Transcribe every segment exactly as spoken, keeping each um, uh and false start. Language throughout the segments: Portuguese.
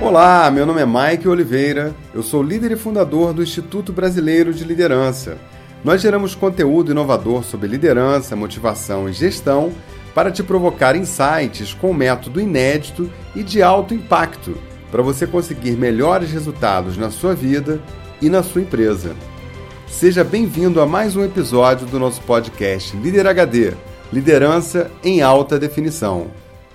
Olá, meu nome é Mike Oliveira, eu sou líder e fundador do Instituto Brasileiro de Liderança. Nós geramos conteúdo inovador sobre liderança, motivação e gestão para te provocar insights com método inédito e de alto impacto, para você conseguir melhores resultados na sua vida e na sua empresa. Seja bem-vindo a mais um episódio do nosso podcast Líder H D, Liderança em Alta Definição.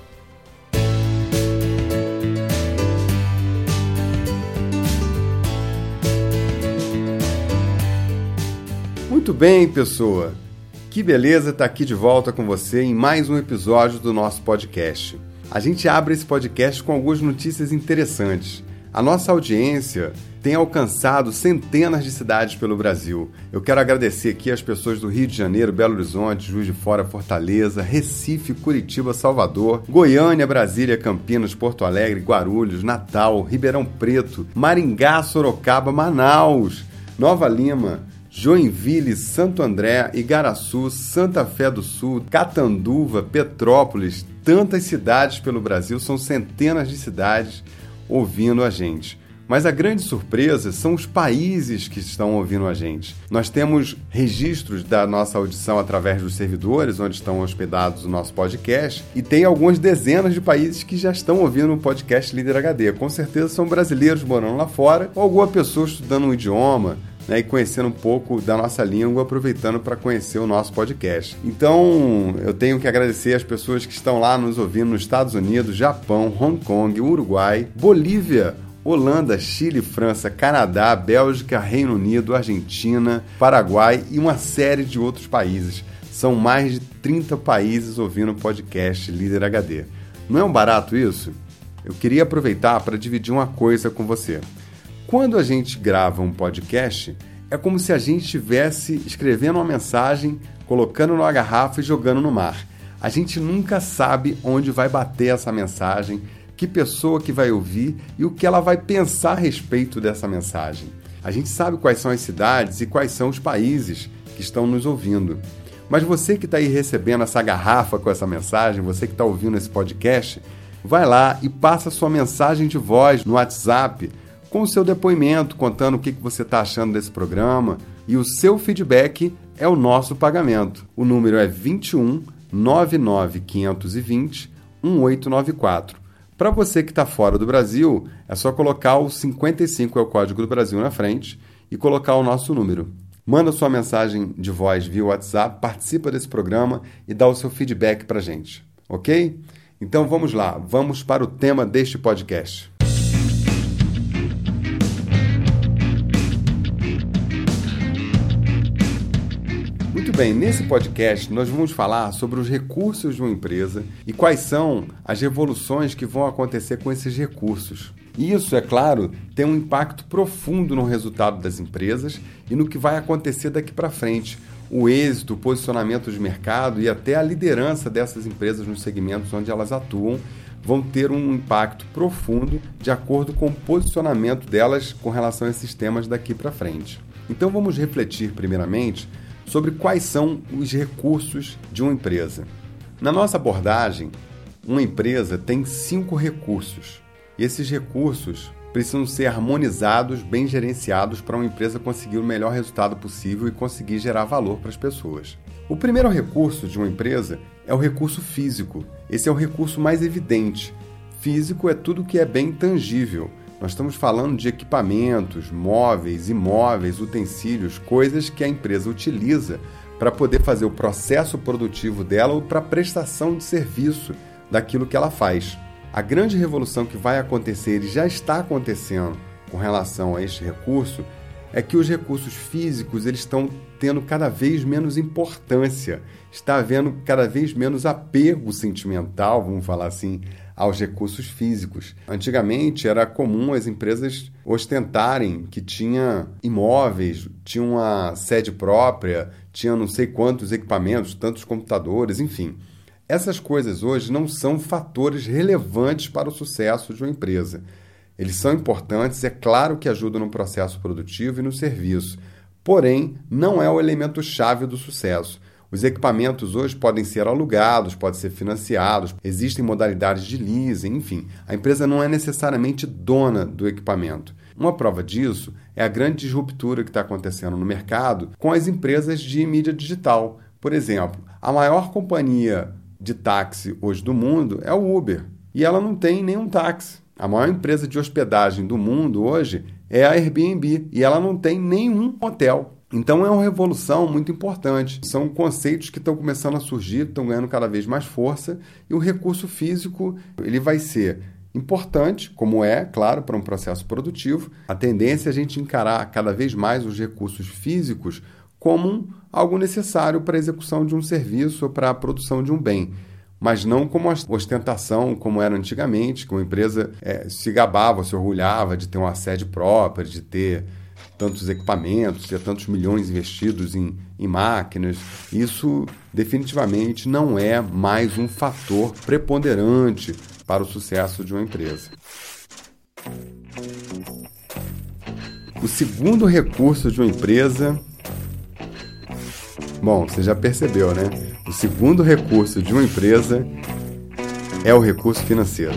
Muito bem, pessoa! Que beleza estar aqui de volta com você em mais um episódio do nosso podcast. A gente abre esse podcast com algumas notícias interessantes. A nossa audiência tem alcançado centenas de cidades pelo Brasil. Eu quero agradecer aqui às pessoas do Rio de Janeiro, Belo Horizonte, Juiz de Fora, Fortaleza, Recife, Curitiba, Salvador, Goiânia, Brasília, Campinas, Porto Alegre, Guarulhos, Natal, Ribeirão Preto, Maringá, Sorocaba, Manaus, Nova Lima, Joinville, Santo André, Igaraçu, Santa Fé do Sul, Catanduva, Petrópolis, tantas cidades pelo Brasil, são centenas de cidades ouvindo a gente. Mas a grande surpresa são os países que estão ouvindo a gente. Nós temos registros da nossa audição através dos servidores onde estão hospedados o nosso podcast e tem algumas dezenas de países que já estão ouvindo o podcast Líder H D. Com certeza são brasileiros morando lá fora ou alguma pessoa estudando um idioma, né, e conhecendo um pouco da nossa língua, aproveitando para conhecer o nosso podcast. Então, eu tenho que agradecer as pessoas que estão lá nos ouvindo nos Estados Unidos, Japão, Hong Kong, Uruguai, Bolívia, Holanda, Chile, França, Canadá, Bélgica, Reino Unido, Argentina, Paraguai e uma série de outros países. São mais de trinta países ouvindo o podcast Líder H D. Não é um barato isso? Eu queria aproveitar para dividir uma coisa com você. Quando a gente grava um podcast, é como se a gente estivesse escrevendo uma mensagem, colocando numa garrafa e jogando no mar. A gente nunca sabe onde vai bater essa mensagem, que pessoa que vai ouvir e o que ela vai pensar a respeito dessa mensagem. A gente sabe quais são as cidades e quais são os países que estão nos ouvindo. Mas você que está aí recebendo essa garrafa com essa mensagem, você que está ouvindo esse podcast, vai lá e passa sua mensagem de voz no WhatsApp, com o seu depoimento, contando o que você está achando desse programa, e o seu feedback é o nosso pagamento. O número é vinte e um, nove nove, quinhentos e vinte, dezoito noventa e quatro. Para você que está fora do Brasil, é só colocar o cinquenta e cinco, é o código do Brasil, na frente, e colocar o nosso número. Manda sua mensagem de voz via WhatsApp, participa desse programa e dá o seu feedback para a gente, ok? Então vamos lá, vamos para o tema deste podcast. Muito bem, nesse podcast nós vamos falar sobre os recursos de uma empresa e quais são as revoluções que vão acontecer com esses recursos. Isso, é claro, tem um impacto profundo no resultado das empresas e no que vai acontecer daqui para frente. O êxito, o posicionamento de mercado e até a liderança dessas empresas nos segmentos onde elas atuam vão ter um impacto profundo de acordo com o posicionamento delas com relação a esses temas daqui para frente. Então vamos refletir primeiramente sobre quais são os recursos de uma empresa. Na nossa abordagem, uma empresa tem cinco recursos. E esses recursos precisam ser harmonizados, bem gerenciados para uma empresa conseguir o melhor resultado possível e conseguir gerar valor para as pessoas. O primeiro recurso de uma empresa é o recurso físico. Esse é o recurso mais evidente. Físico é tudo que é bem tangível. Nós estamos falando de equipamentos, móveis, imóveis, utensílios, coisas que a empresa utiliza para poder fazer o processo produtivo dela ou para a prestação de serviço daquilo que ela faz. A grande revolução que vai acontecer e já está acontecendo com relação a este recurso é que os recursos físicos eles estão tendo cada vez menos importância, está havendo cada vez menos apego sentimental, vamos falar assim, aos recursos físicos. Antigamente era comum as empresas ostentarem que tinha imóveis, tinha uma sede própria, tinha não sei quantos equipamentos, tantos computadores, enfim. Essas coisas hoje não são fatores relevantes para o sucesso de uma empresa. Eles são importantes, é claro que ajudam no processo produtivo e no serviço, porém não é o elemento-chave do sucesso. Os equipamentos hoje podem ser alugados, podem ser financiados, existem modalidades de leasing, enfim. A empresa não é necessariamente dona do equipamento. Uma prova disso é a grande disruptura que está acontecendo no mercado com as empresas de mídia digital. Por exemplo, a maior companhia de táxi hoje do mundo é o Uber, e ela não tem nenhum táxi. A maior empresa de hospedagem do mundo hoje é a Airbnb, e ela não tem nenhum hotel. Então é uma revolução muito importante. São conceitos que estão começando a surgir, estão ganhando cada vez mais força, e o recurso físico ele vai ser importante, como é, claro, para um processo produtivo. A tendência é a gente encarar cada vez mais os recursos físicos como um, algo necessário para a execução de um serviço ou para a produção de um bem, mas não como ostentação, como era antigamente, que uma empresa é, se gabava, se orgulhava de ter uma sede própria, de ter tantos equipamentos, ter tantos milhões investidos em, em máquinas. Isso definitivamente não é mais um fator preponderante para o sucesso de uma empresa. O segundo recurso de uma empresa... Bom, você já percebeu, né? O segundo recurso de uma empresa é o recurso financeiro.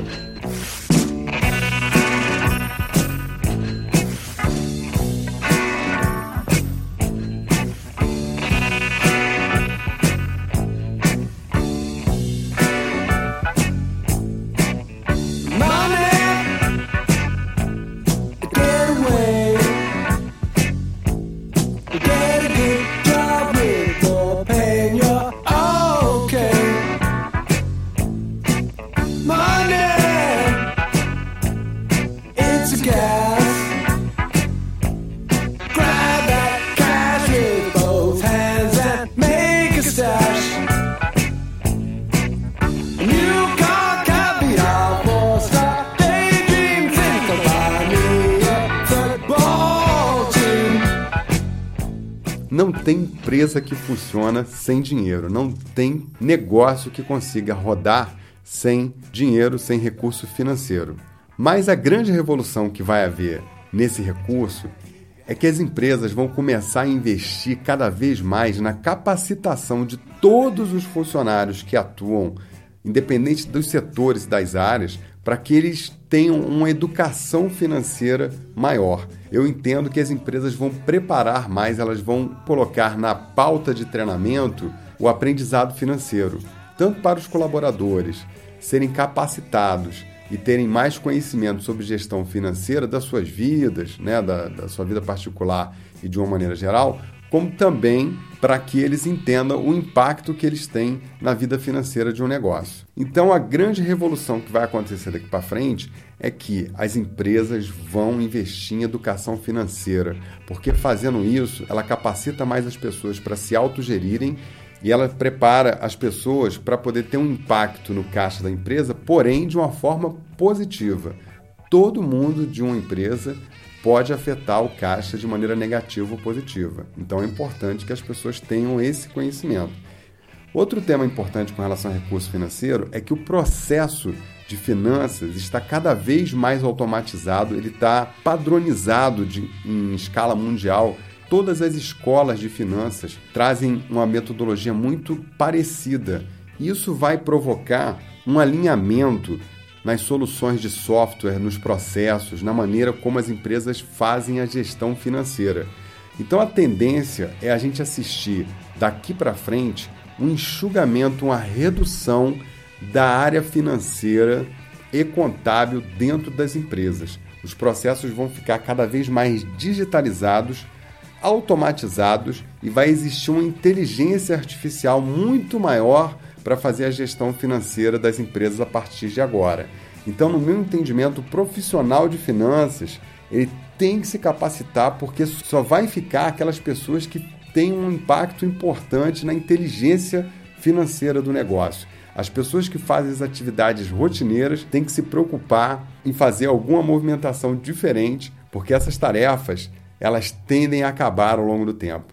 Não tem empresa que funciona sem dinheiro, não tem negócio que consiga rodar sem dinheiro, sem recurso financeiro. Mas a grande revolução que vai haver nesse recurso é que as empresas vão começar a investir cada vez mais na capacitação de todos os funcionários que atuam, independente dos setores e das áreas, para que eles tenham uma educação financeira maior. Eu entendo que as empresas vão preparar mais, elas vão colocar na pauta de treinamento o aprendizado financeiro, tanto para os colaboradores serem capacitados e terem mais conhecimento sobre gestão financeira das suas vidas, né, da, da sua vida particular e de uma maneira geral, como também para que eles entendam o impacto que eles têm na vida financeira de um negócio. Então, a grande revolução que vai acontecer daqui para frente é que as empresas vão investir em educação financeira, porque fazendo isso, ela capacita mais as pessoas para se autogerirem e ela prepara as pessoas para poder ter um impacto no caixa da empresa, porém de uma forma positiva. Todo mundo de uma empresa pode afetar o caixa de maneira negativa ou positiva. Então é importante que as pessoas tenham esse conhecimento. Outro tema importante com relação ao recurso financeiro é que o processo de finanças está cada vez mais automatizado, ele está padronizado de, em escala mundial. Todas as escolas de finanças trazem uma metodologia muito parecida. Isso vai provocar um alinhamento nas soluções de software, nos processos, na maneira como as empresas fazem a gestão financeira. Então a tendência é a gente assistir daqui para frente um enxugamento, uma redução da área financeira e contábil dentro das empresas. Os processos vão ficar cada vez mais digitalizados, automatizados e vai existir uma inteligência artificial muito maior para fazer a gestão financeira das empresas a partir de agora. Então, no meu entendimento, o profissional de finanças ele tem que se capacitar, porque só vai ficar aquelas pessoas que têm um impacto importante na inteligência financeira do negócio. As pessoas que fazem as atividades rotineiras têm que se preocupar em fazer alguma movimentação diferente, porque essas tarefas elas tendem a acabar ao longo do tempo.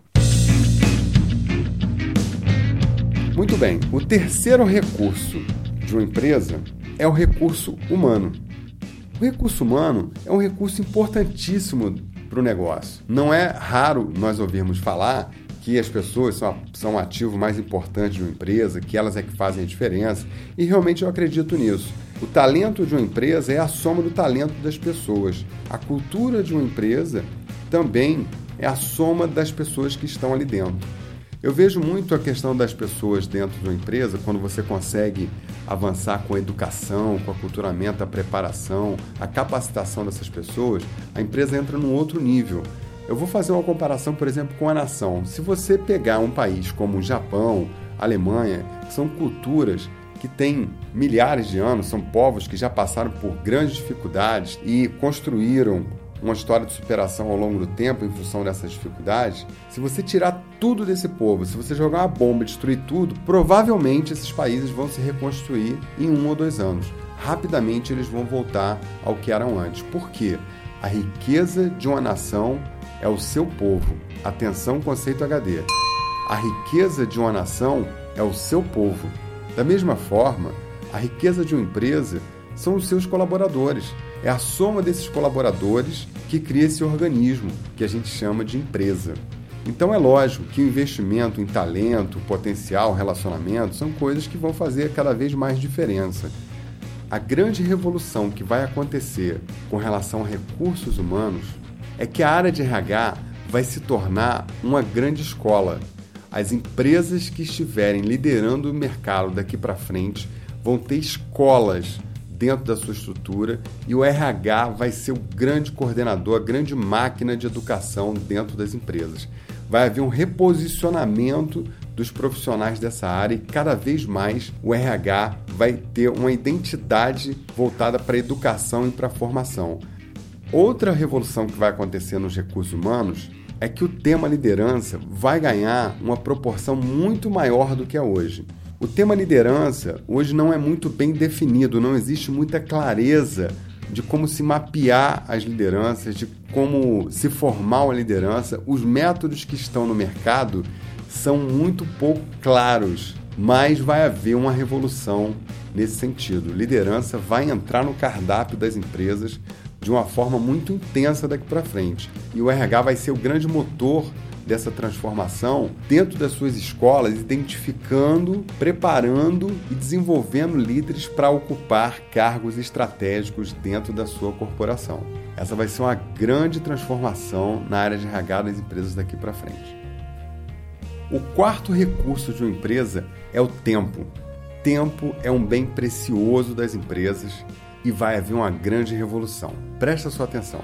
Muito bem, o terceiro recurso de uma empresa é o recurso humano. O recurso humano é um recurso importantíssimo para o negócio. Não é raro nós ouvirmos falar que as pessoas são, são o ativo mais importante de uma empresa, que elas é que fazem a diferença, e realmente eu acredito nisso. O talento de uma empresa é a soma do talento das pessoas. A cultura de uma empresa também é a soma das pessoas que estão ali dentro. Eu vejo muito a questão das pessoas dentro de uma empresa, quando você consegue avançar com a educação, com o aculturamento, a preparação, a capacitação dessas pessoas, a empresa entra num outro nível. Eu vou fazer uma comparação, por exemplo, com a nação. Se você pegar um país como o Japão, a Alemanha, que são culturas que têm milhares de anos, são povos que já passaram por grandes dificuldades e construíram uma história de superação ao longo do tempo em função dessas dificuldades. Se você tirar tudo desse povo, se você jogar uma bomba e destruir tudo, provavelmente esses países vão se reconstruir em um ou dois anos. Rapidamente eles vão voltar ao que eram antes. Por quê? A riqueza de uma nação é o seu povo. Atenção, conceito H D. A riqueza de uma nação é o seu povo. Da mesma forma, a riqueza de uma empresa são os seus colaboradores. É a soma desses colaboradores que cria esse organismo que a gente chama de empresa. Então é lógico que o investimento em talento, potencial, relacionamento são coisas que vão fazer cada vez mais diferença. A grande revolução que vai acontecer com relação a recursos humanos é que a área de R H vai se tornar uma grande escola. As empresas que estiverem liderando o mercado daqui para frente vão ter escolas dentro da sua estrutura e o R H vai ser o grande coordenador, a grande máquina de educação dentro das empresas. Vai haver um reposicionamento dos profissionais dessa área e cada vez mais o R H vai ter uma identidade voltada para a educação e para a formação. Outra revolução que vai acontecer nos recursos humanos é que o tema liderança vai ganhar uma proporção muito maior do que é hoje. O tema liderança hoje não é muito bem definido, não existe muita clareza de como se mapear as lideranças, de como se formar uma liderança. Os métodos que estão no mercado são muito pouco claros, mas vai haver uma revolução nesse sentido. Liderança vai entrar no cardápio das empresas de uma forma muito intensa daqui para frente. E o R H vai ser o grande motor dessa transformação dentro das suas escolas, identificando, preparando e desenvolvendo líderes para ocupar cargos estratégicos dentro da sua corporação. Essa vai ser uma grande transformação na área de R H das empresas daqui para frente. O quarto recurso de uma empresa é o tempo. Tempo é um bem precioso das empresas e vai haver uma grande revolução. Presta sua atenção.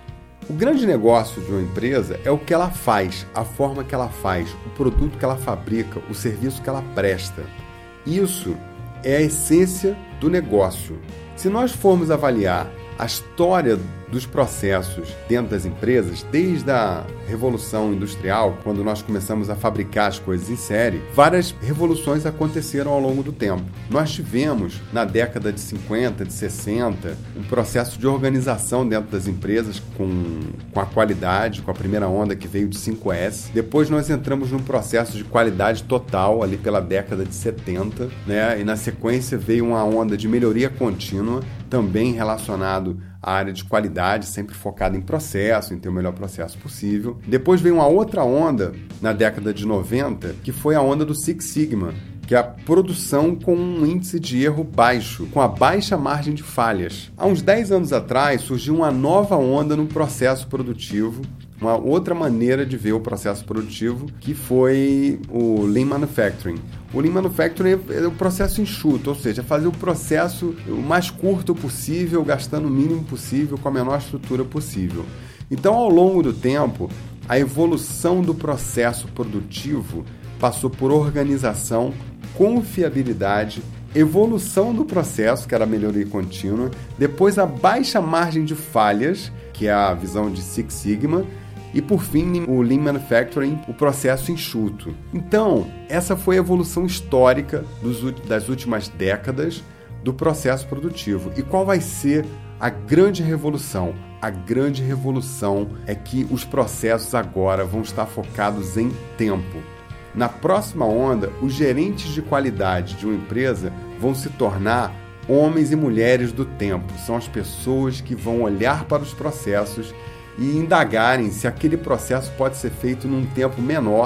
O grande negócio de uma empresa é o que ela faz, a forma que ela faz, o produto que ela fabrica, o serviço que ela presta. Isso é a essência do negócio. Se nós formos avaliar a história dos processos dentro das empresas, desde a Revolução Industrial, quando nós começamos a fabricar as coisas em série, várias revoluções aconteceram ao longo do tempo. Nós tivemos, na década de cinquenta, de sessenta, um processo de organização dentro das empresas com, com a qualidade, com a primeira onda que veio de cinco S. Depois nós entramos num processo de qualidade total, ali pela década de setenta, né? E na sequência veio uma onda de melhoria contínua, também relacionado à área de qualidade, sempre focada em processo, em ter o melhor processo possível. Depois veio uma outra onda, na década de noventa, que foi a onda do Six Sigma, que é a produção com um índice de erro baixo, com a baixa margem de falhas. Há uns dez anos atrás, surgiu uma nova onda no processo produtivo, uma outra maneira de ver o processo produtivo, que foi o Lean Manufacturing. O Lean Manufacturing é o processo enxuto, ou seja, fazer o processo o mais curto possível, gastando o mínimo possível, com a menor estrutura possível. Então, ao longo do tempo, a evolução do processo produtivo passou por organização, confiabilidade, evolução do processo, que era a melhoria contínua, depois a baixa margem de falhas, que é a visão de Six Sigma, e, por fim, o Lean Manufacturing, o processo enxuto. Então, essa foi a evolução histórica dos, das últimas décadas do processo produtivo. E qual vai ser a grande revolução? A grande revolução é que os processos agora vão estar focados em tempo. Na próxima onda, os gerentes de qualidade de uma empresa vão se tornar homens e mulheres do tempo. São as pessoas que vão olhar para os processos e indagarem se aquele processo pode ser feito num tempo menor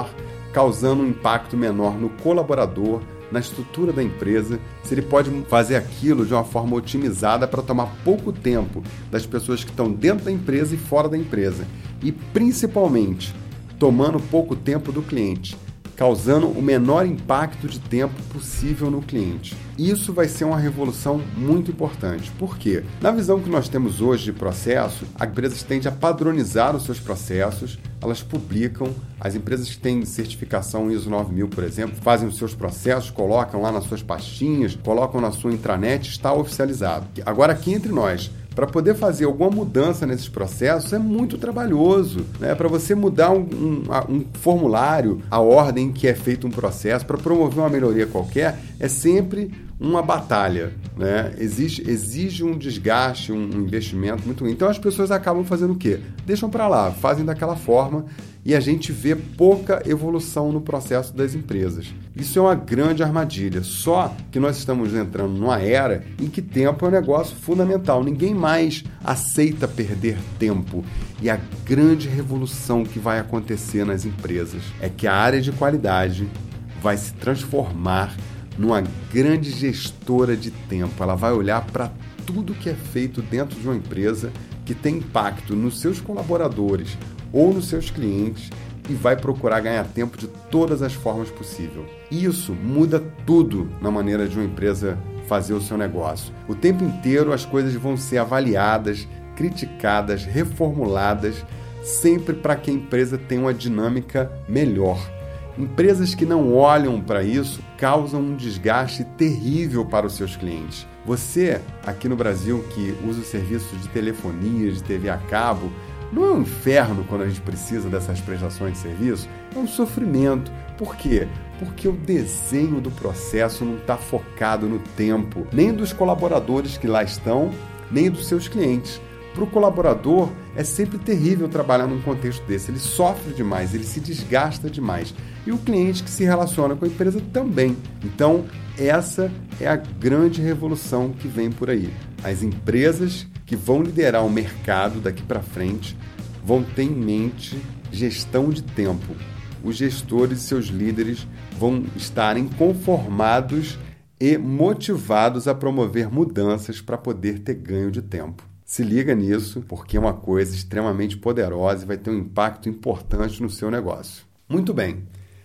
causando um impacto menor no colaborador, na estrutura da empresa, se ele pode fazer aquilo de uma forma otimizada para tomar pouco tempo das pessoas que estão dentro da empresa e fora da empresa. E principalmente, tomando pouco tempo do cliente, causando o menor impacto de tempo possível no cliente. Isso vai ser uma revolução muito importante. Por quê? Na visão que nós temos hoje de processo, as empresas tendem a padronizar os seus processos, elas publicam, as empresas que têm certificação I S O nove mil, por exemplo, fazem os seus processos, colocam lá nas suas pastinhas, colocam na sua intranet, está oficializado. Agora, aqui entre nós, para poder fazer alguma mudança nesses processos é muito trabalhoso, né? Para você mudar um, um, um formulário, a ordem em que é feito um processo, para promover uma melhoria qualquer, é sempre uma batalha, né? Exige, exige um desgaste, um, um investimento muito grande. Então as pessoas acabam fazendo o quê? Deixam para lá, fazem daquela forma e a gente vê pouca evolução no processo das empresas. Isso é uma grande armadilha, só que nós estamos entrando numa era em que tempo é um negócio fundamental. Ninguém mais aceita perder tempo. E a grande revolução que vai acontecer nas empresas é que a área de qualidade vai se transformar numa grande gestora de tempo. Ela vai olhar para tudo que é feito dentro de uma empresa que tem impacto nos seus colaboradores ou nos seus clientes e vai procurar ganhar tempo de todas as formas possíveis. Isso muda tudo na maneira de uma empresa fazer o seu negócio. O tempo inteiro as coisas vão ser avaliadas, criticadas, reformuladas, sempre para que a empresa tenha uma dinâmica melhor. Empresas que não olham para isso causam um desgaste terrível para os seus clientes. Você, aqui no Brasil, que usa o serviço de telefonia, de T V a cabo, não é um inferno quando a gente precisa dessas prestações de serviço? É um sofrimento. Por quê? Porque o desenho do processo não está focado no tempo, nem dos colaboradores que lá estão, nem dos seus clientes. Para o colaborador, é sempre terrível trabalhar num contexto desse. Ele sofre demais, ele se desgasta demais. E o cliente que se relaciona com a empresa também. Então, essa é a grande revolução que vem por aí. As empresas que vão liderar o mercado daqui para frente vão ter em mente gestão de tempo. Os gestores e seus líderes vão estarem conformados e motivados a promover mudanças para poder ter ganho de tempo. Se liga nisso, porque é uma coisa extremamente poderosa e vai ter um impacto importante no seu negócio. Muito bem.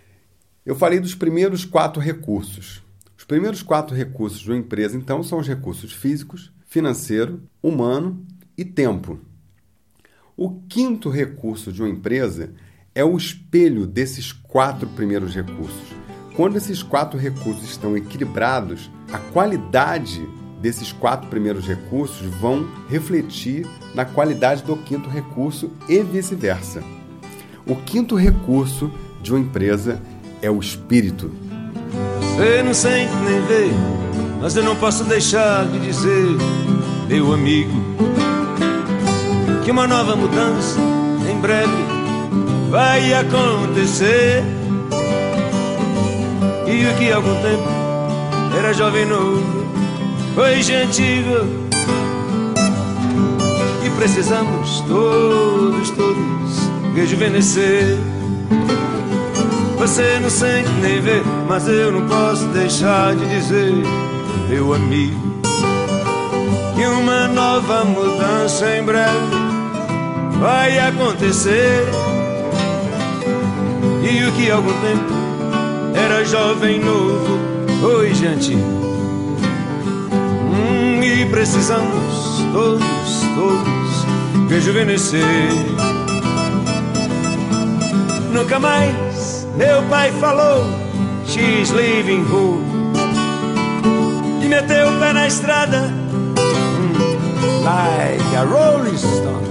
Eu falei dos primeiros quatro recursos. Os primeiros quatro recursos de uma empresa, então, são os recursos físicos, financeiro, humano e tempo. O quinto recurso de uma empresa é o espelho desses quatro primeiros recursos. Quando esses quatro recursos estão equilibrados, a qualidade desses quatro primeiros recursos vão refletir na qualidade do quinto recurso e vice-versa. O quinto recurso de uma empresa é o espírito. Você não sente nem vê, mas eu não posso deixar de dizer, meu amigo, que uma nova mudança em breve vai acontecer. E o que há algum tempo era jovem novo, hoje antigo, e precisamos todos, todos rejuvenescer. Você não sente nem vê, mas eu não posso deixar de dizer, meu amigo, que uma nova mudança em breve vai acontecer. E o que há algum tempo era jovem novo, hoje antigo, hum, e precisamos todos, todos rejuvenescer. Nunca mais meu pai falou, she's leaving home, e meteu o pé na estrada, hum, like a Rolling Stone.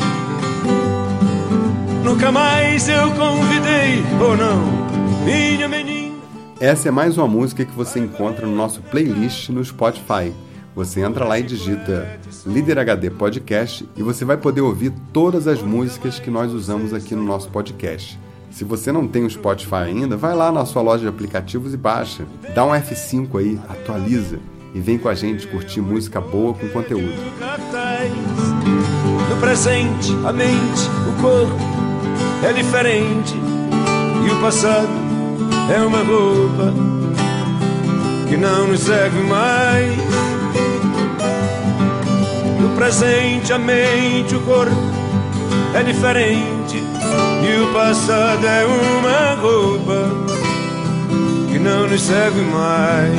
Nunca mais eu convidei, ou não, minha menina. Essa é mais uma música que você encontra no nosso playlist no Spotify. Você entra lá e digita Líder H D Podcast e você vai poder ouvir todas as músicas que nós usamos aqui no nosso podcast. Se você não tem o Spotify ainda, vai lá na sua loja de aplicativos e baixa. Dá um F cinco aí, atualiza e vem com a gente curtir música boa com conteúdo. No presente, a mente, o corpo é diferente e o passado é uma roupa que não nos serve mais. No presente a mente, o corpo é diferente, e o passado é uma roupa que não nos serve mais.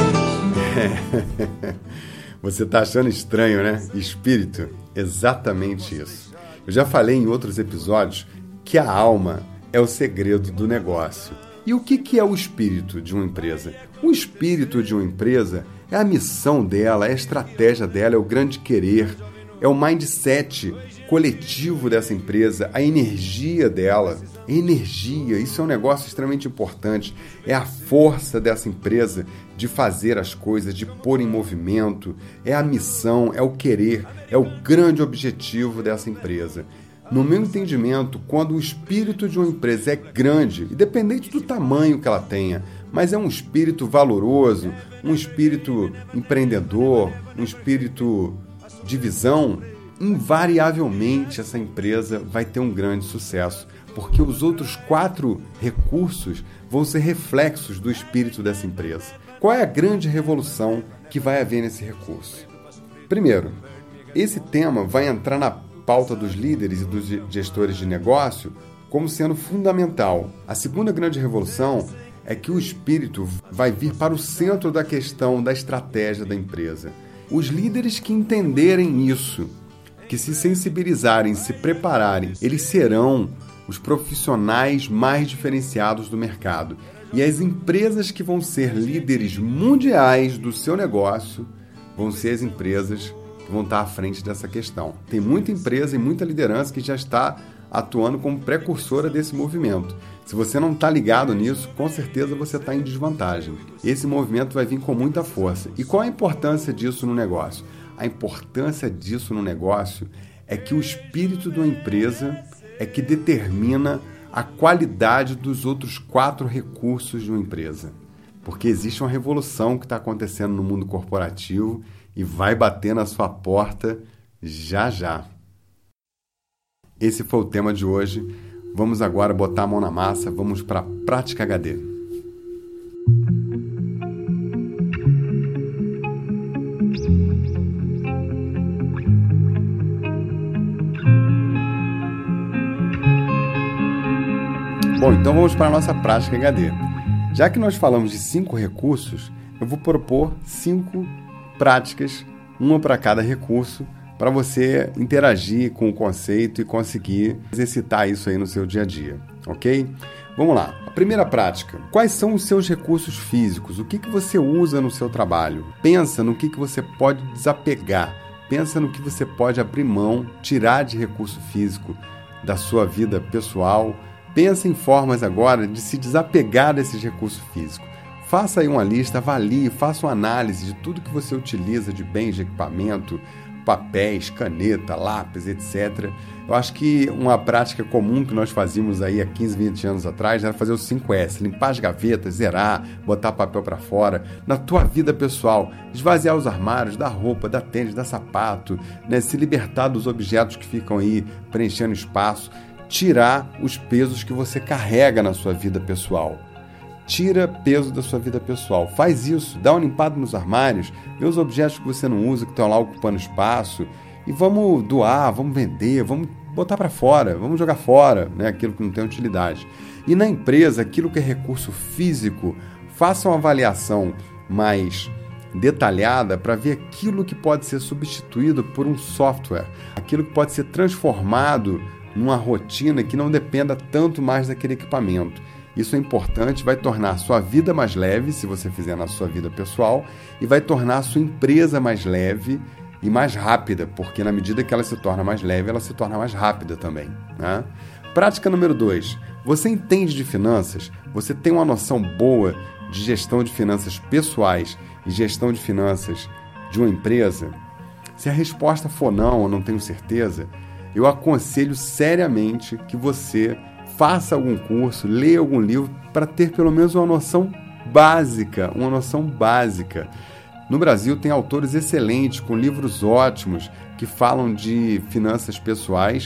Você tá achando estranho, né? Espírito, exatamente isso. Eu já falei em outros episódios que a alma é o segredo do negócio. E o que que é o espírito de uma empresa? O espírito de uma empresa é a missão dela, é a estratégia dela, é o grande querer, é o mindset coletivo dessa empresa, a energia dela. A energia, isso é um negócio extremamente importante. É a força dessa empresa de fazer as coisas, de pôr em movimento. É a missão, é o querer, é o grande objetivo dessa empresa. No meu entendimento, quando o espírito de uma empresa é grande, independente do tamanho que ela tenha, mas é um espírito valoroso, um espírito empreendedor, um espírito de visão, invariavelmente essa empresa vai ter um grande sucesso, porque os outros quatro recursos vão ser reflexos do espírito dessa empresa. Qual é a grande revolução que vai haver nesse recurso? Primeiro, esse tema vai entrar na pauta dos líderes e dos gestores de negócio como sendo fundamental. A segunda grande revolução é que o espírito vai vir para o centro da questão da estratégia da empresa. Os líderes que entenderem isso, que se sensibilizarem, se prepararem, eles serão os profissionais mais diferenciados do mercado. E as empresas que vão ser líderes mundiais do seu negócio vão ser as empresas que vão estar à frente dessa questão. Tem muita empresa e muita liderança que já está atuando como precursora desse movimento. Se você não está ligado nisso, com certeza você está em desvantagem. Esse movimento vai vir com muita força. E qual a importância disso no negócio? A importância disso no negócio é que o espírito de uma empresa é que determina a qualidade dos outros quatro recursos de uma empresa. Porque existe uma revolução que está acontecendo no mundo corporativo e vai bater na sua porta já já. Esse foi o tema de hoje. Vamos agora botar a mão na massa, vamos para a Prática H D. Bom, então vamos para a nossa Prática H D. Já que nós falamos de cinco recursos, eu vou propor cinco práticas, uma para cada recurso, para você interagir com o conceito e conseguir exercitar isso aí no seu dia a dia, ok? Vamos lá. A primeira prática. Quais são os seus recursos físicos? O que, que você usa no seu trabalho? Pensa no que, que você pode desapegar. Pensa no que você pode abrir mão, tirar de recurso físico da sua vida pessoal. Pensa em formas agora de se desapegar desses recursos físicos. Faça aí uma lista, avalie, faça uma análise de tudo que você utiliza de bens de equipamento, papéis, caneta, lápis, etcétera. Eu acho que uma prática comum que nós fazíamos aí há quinze, vinte anos atrás era fazer os cinco S, limpar as gavetas, zerar, botar papel para fora. Na tua vida pessoal, esvaziar os armários, da roupa, da tênis, da sapato, né? Se libertar dos objetos que ficam aí preenchendo espaço, tirar os pesos que você carrega na sua vida pessoal. Tira peso da sua vida pessoal. Faz isso, dá uma limpada nos armários, vê os objetos que você não usa, que estão lá ocupando espaço, e vamos doar, vamos vender, vamos botar para fora, vamos jogar fora, né, aquilo que não tem utilidade. E na empresa, aquilo que é recurso físico, faça uma avaliação mais detalhada para ver aquilo que pode ser substituído por um software, aquilo que pode ser transformado numa rotina que não dependa tanto mais daquele equipamento. Isso é importante, vai tornar a sua vida mais leve, se você fizer na sua vida pessoal, e vai tornar a sua empresa mais leve e mais rápida, porque na medida que ela se torna mais leve, ela se torna mais rápida também, né? Prática número dois. Você entende de finanças? Você tem uma noção boa de gestão de finanças pessoais e gestão de finanças de uma empresa? Se a resposta for não, ou não tenho certeza, eu aconselho seriamente que você faça algum curso, leia algum livro para ter pelo menos uma noção básica, uma noção básica. No Brasil tem autores excelentes, com livros ótimos, que falam de finanças pessoais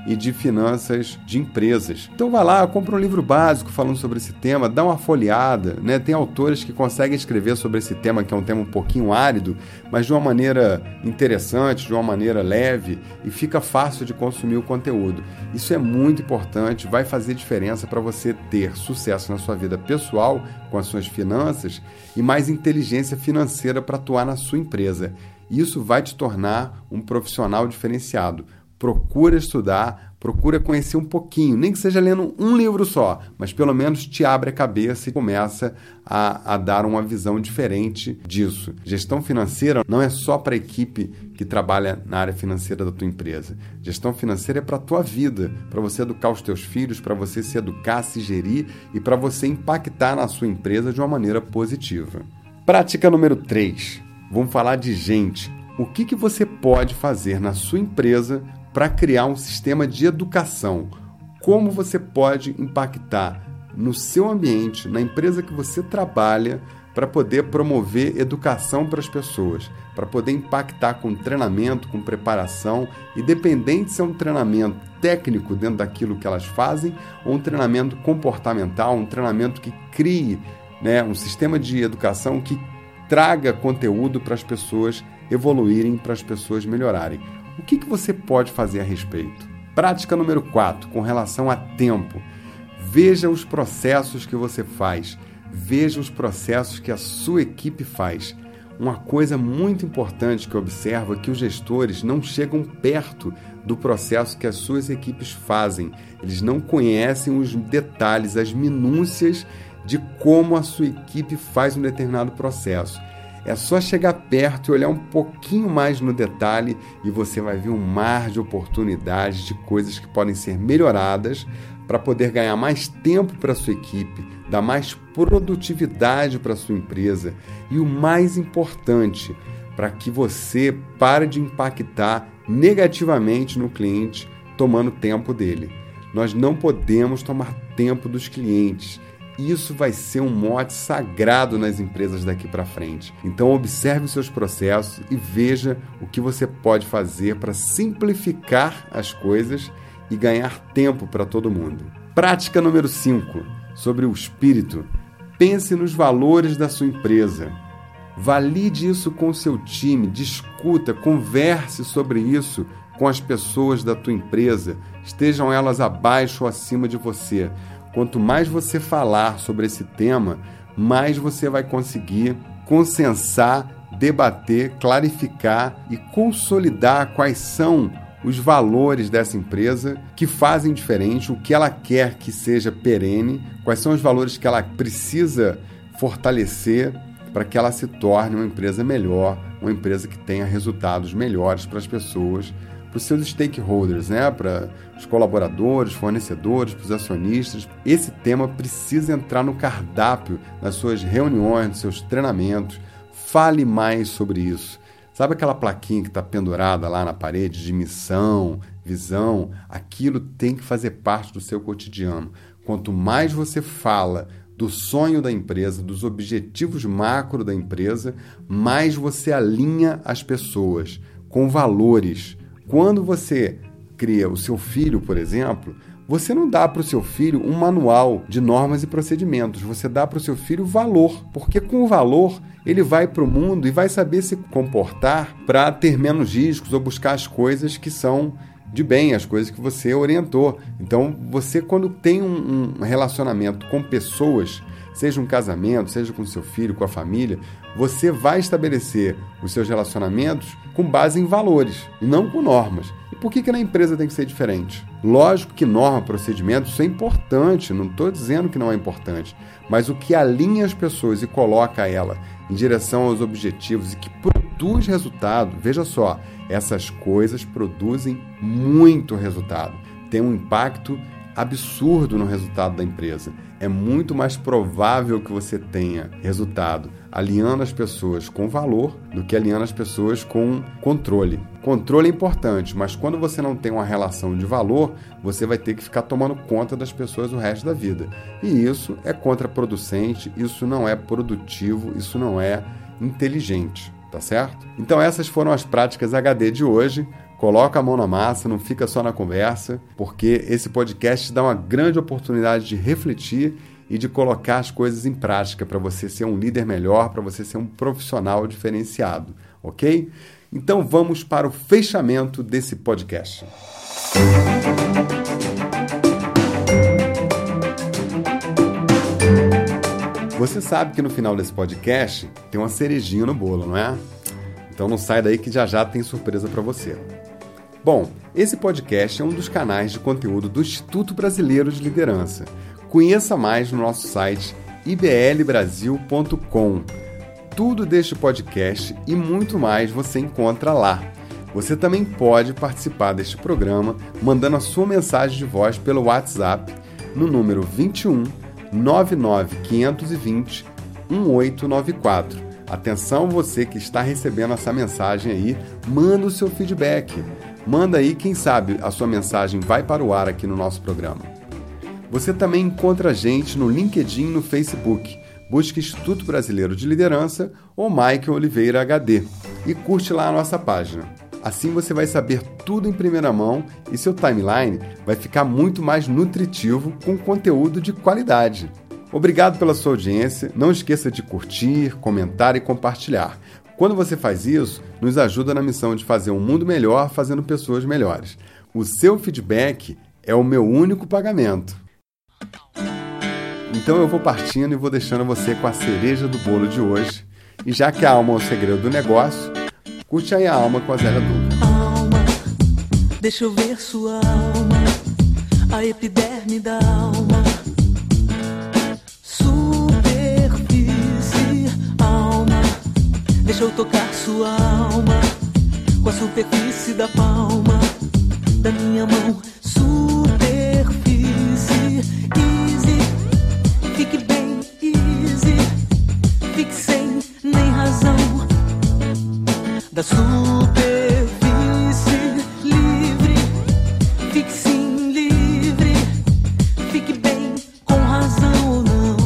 e de finanças de empresas. Então vai lá, compra um livro básico falando sobre esse tema, dá uma folheada, né? Tem autores que conseguem escrever sobre esse tema, que é um tema um pouquinho árido, mas de uma maneira interessante, de uma maneira leve, e fica fácil de consumir o conteúdo. Isso é muito importante, vai fazer diferença para você ter sucesso na sua vida pessoal, com as suas finanças, e mais inteligência financeira para atuar na sua empresa. Isso vai te tornar um profissional diferenciado. Procura estudar, procura conhecer um pouquinho, nem que seja lendo um livro só, mas pelo menos te abre a cabeça e começa a, a dar uma visão diferente disso. Gestão financeira não é só para a equipe que trabalha na área financeira da tua empresa. Gestão financeira é para a tua vida, para você educar os teus filhos, para você se educar, se gerir e para você impactar na sua empresa de uma maneira positiva. Prática número três. Vamos falar de gente. O que, que você pode fazer na sua empresa para criar um sistema de educação? Como você pode impactar no seu ambiente, na empresa que você trabalha, para poder promover educação para as pessoas, para poder impactar com treinamento, com preparação, independente se é um treinamento técnico dentro daquilo que elas fazem ou um treinamento comportamental, um treinamento que crie, né, um sistema de educação que traga conteúdo para as pessoas evoluírem, para as pessoas melhorarem. O que, que você pode fazer a respeito? Prática número quatro, com relação a tempo. Veja os processos que você faz. Veja os processos que a sua equipe faz. Uma coisa muito importante que eu observo é que os gestores não chegam perto do processo que as suas equipes fazem. Eles não conhecem os detalhes, as minúcias de como a sua equipe faz um determinado processo. É só chegar perto e olhar um pouquinho mais no detalhe e você vai ver um mar de oportunidades, de coisas que podem ser melhoradas para poder ganhar mais tempo para a sua equipe, dar mais produtividade para a sua empresa e o mais importante, para que você pare de impactar negativamente no cliente tomando tempo dele. Nós não podemos tomar tempo dos clientes. Isso vai ser um mote sagrado nas empresas daqui para frente. Então observe os seus processos e veja o que você pode fazer para simplificar as coisas e ganhar tempo para todo mundo. Prática número cinco, sobre o espírito. Pense nos valores da sua empresa. Valide isso com o seu time, discuta, converse sobre isso com as pessoas da tua empresa, estejam elas abaixo ou acima de você. Quanto mais você falar sobre esse tema, mais você vai conseguir consensar, debater, clarificar e consolidar quais são os valores dessa empresa que fazem diferente, o que ela quer que seja perene, quais são os valores que ela precisa fortalecer para que ela se torne uma empresa melhor, uma empresa que tenha resultados melhores para as pessoas, para os seus stakeholders, né? Para os colaboradores, fornecedores, para os acionistas. Esse tema precisa entrar no cardápio das suas reuniões, dos seus treinamentos. Fale mais sobre isso. Sabe aquela plaquinha que está pendurada lá na parede de missão, visão? Aquilo tem que fazer parte do seu cotidiano. Quanto mais você fala do sonho da empresa, dos objetivos macro da empresa, mais você alinha as pessoas com valores. Quando você cria o seu filho, por exemplo, você não dá para o seu filho um manual de normas e procedimentos, você dá para o seu filho valor, porque com o valor ele vai para o mundo e vai saber se comportar para ter menos riscos ou buscar as coisas que são de bem, as coisas que você orientou. Então, você quando tem um, um relacionamento com pessoas, seja um casamento, seja com seu filho, com a família, você vai estabelecer os seus relacionamentos com base em valores e não com normas. E por que que na empresa tem que ser diferente? Lógico que norma, procedimento, isso é importante, não estou dizendo que não é importante, mas o que alinha as pessoas e coloca ela em direção aos objetivos e que produz resultado, veja só, essas coisas produzem muito resultado, tem um impacto absurdo no resultado da empresa. É muito mais provável que você tenha resultado alinhando as pessoas com valor do que alinhando as pessoas com controle. Controle é importante, mas quando você não tem uma relação de valor, você vai ter que ficar tomando conta das pessoas o resto da vida. E isso é contraproducente, isso não é produtivo, isso não é inteligente. Tá certo? Então essas foram as práticas H D de hoje. coloca a mão na massa, não fica só na conversa, porque esse podcast dá uma grande oportunidade de refletir e de colocar as coisas em prática para você ser um líder melhor, para você ser um profissional diferenciado, ok? Então vamos para o fechamento desse podcast. Você sabe que no final desse podcast tem uma cerejinha no bolo, não é? Então não sai daí que já já tem surpresa para você. Bom, esse podcast é um dos canais de conteúdo do Instituto Brasileiro de Liderança. Conheça mais no nosso site i b l brasil ponto com. Tudo deste podcast e muito mais você encontra lá. Você também pode participar deste programa mandando a sua mensagem de voz pelo WhatsApp no número vinte e um, nove nove cinco dois zero, um oito nove quatro. Atenção você que está recebendo essa mensagem aí, manda o seu feedback. Manda aí, quem sabe a sua mensagem vai para o ar aqui no nosso programa. Você também encontra a gente no LinkedIn e no Facebook. Busque Instituto Brasileiro de Liderança ou Michael Oliveira H D e curte lá a nossa página. Assim você vai saber tudo em primeira mão e seu timeline vai ficar muito mais nutritivo com conteúdo de qualidade. Obrigado pela sua audiência, não esqueça de curtir, comentar e compartilhar. Quando você faz isso, nos ajuda na missão de fazer um mundo melhor fazendo pessoas melhores. O seu feedback é o meu único pagamento. Então eu vou partindo e vou deixando você com a cereja do bolo de hoje. E já que a alma é o segredo do negócio, curte aí a alma com a Zélia Duncan. Alma, deixa eu ver sua alma, a epiderme da alma. Superfície, alma, deixa eu tocar sua alma, com a superfície da palma da minha mão. Superfície, easy, fique bem easy, fique sem nem razão. Da superfície livre, fique sim livre, fique bem com razão ou não.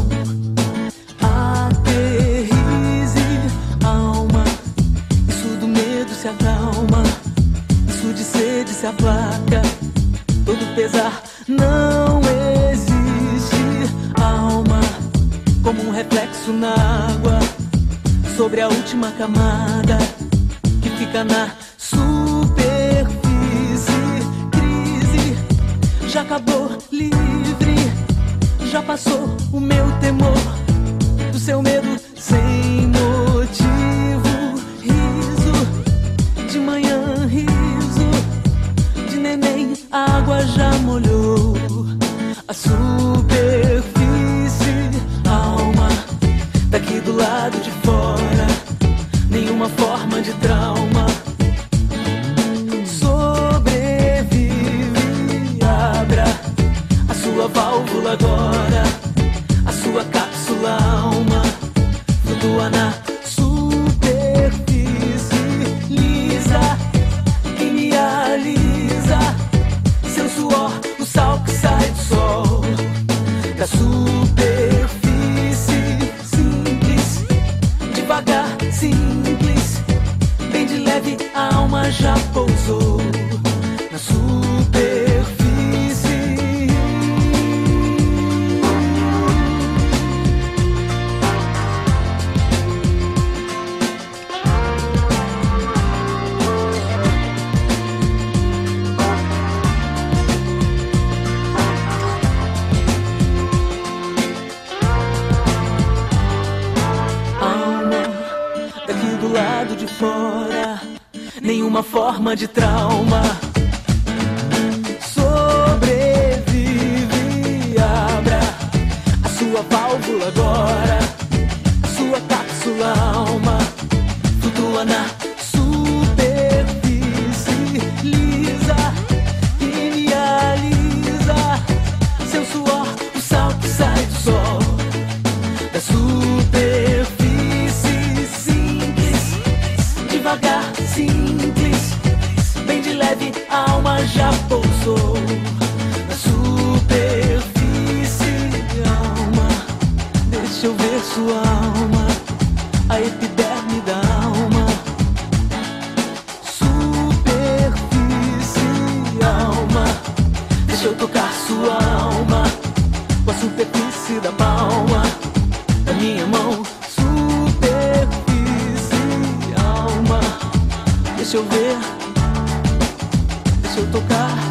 Aterrize, alma, isso do medo se acalma, isso de sede se aplaca, todo pesar não existe. Alma, como um reflexo na água, sobre a última camada que fica na superfície. Crise, já acabou, livre, já passou o meu temor, do seu medo sem motivo. Riso, de manhã riso, de neném a água já molhou a superfície. Alma, daqui do lado de fora, nenhuma forma de trauma. Sobrevive, abra a sua válvula agora, a sua cápsula alma flutua na superfície lisa, que me alisa, seu suor, o sal que sai do sol, da superfície simples, devagar, simples, bem de leve, a alma já pousou na superfície. De fora, nenhuma forma de trauma. Sobrevive, abra a sua válvula agora, a sua cápsula alma flutua na superfície lisa, que me alisa, seu suor, o sal que sai do sol, da superfície devagar, simples, bem de leve, a alma já pousou na superfície. Alma, deixa eu ver sua alma, a epiderme da alma. Superfície. sua alma com a superfície da palma da minha mão. Superfície, alma, deixa eu ver, deixa eu tocar.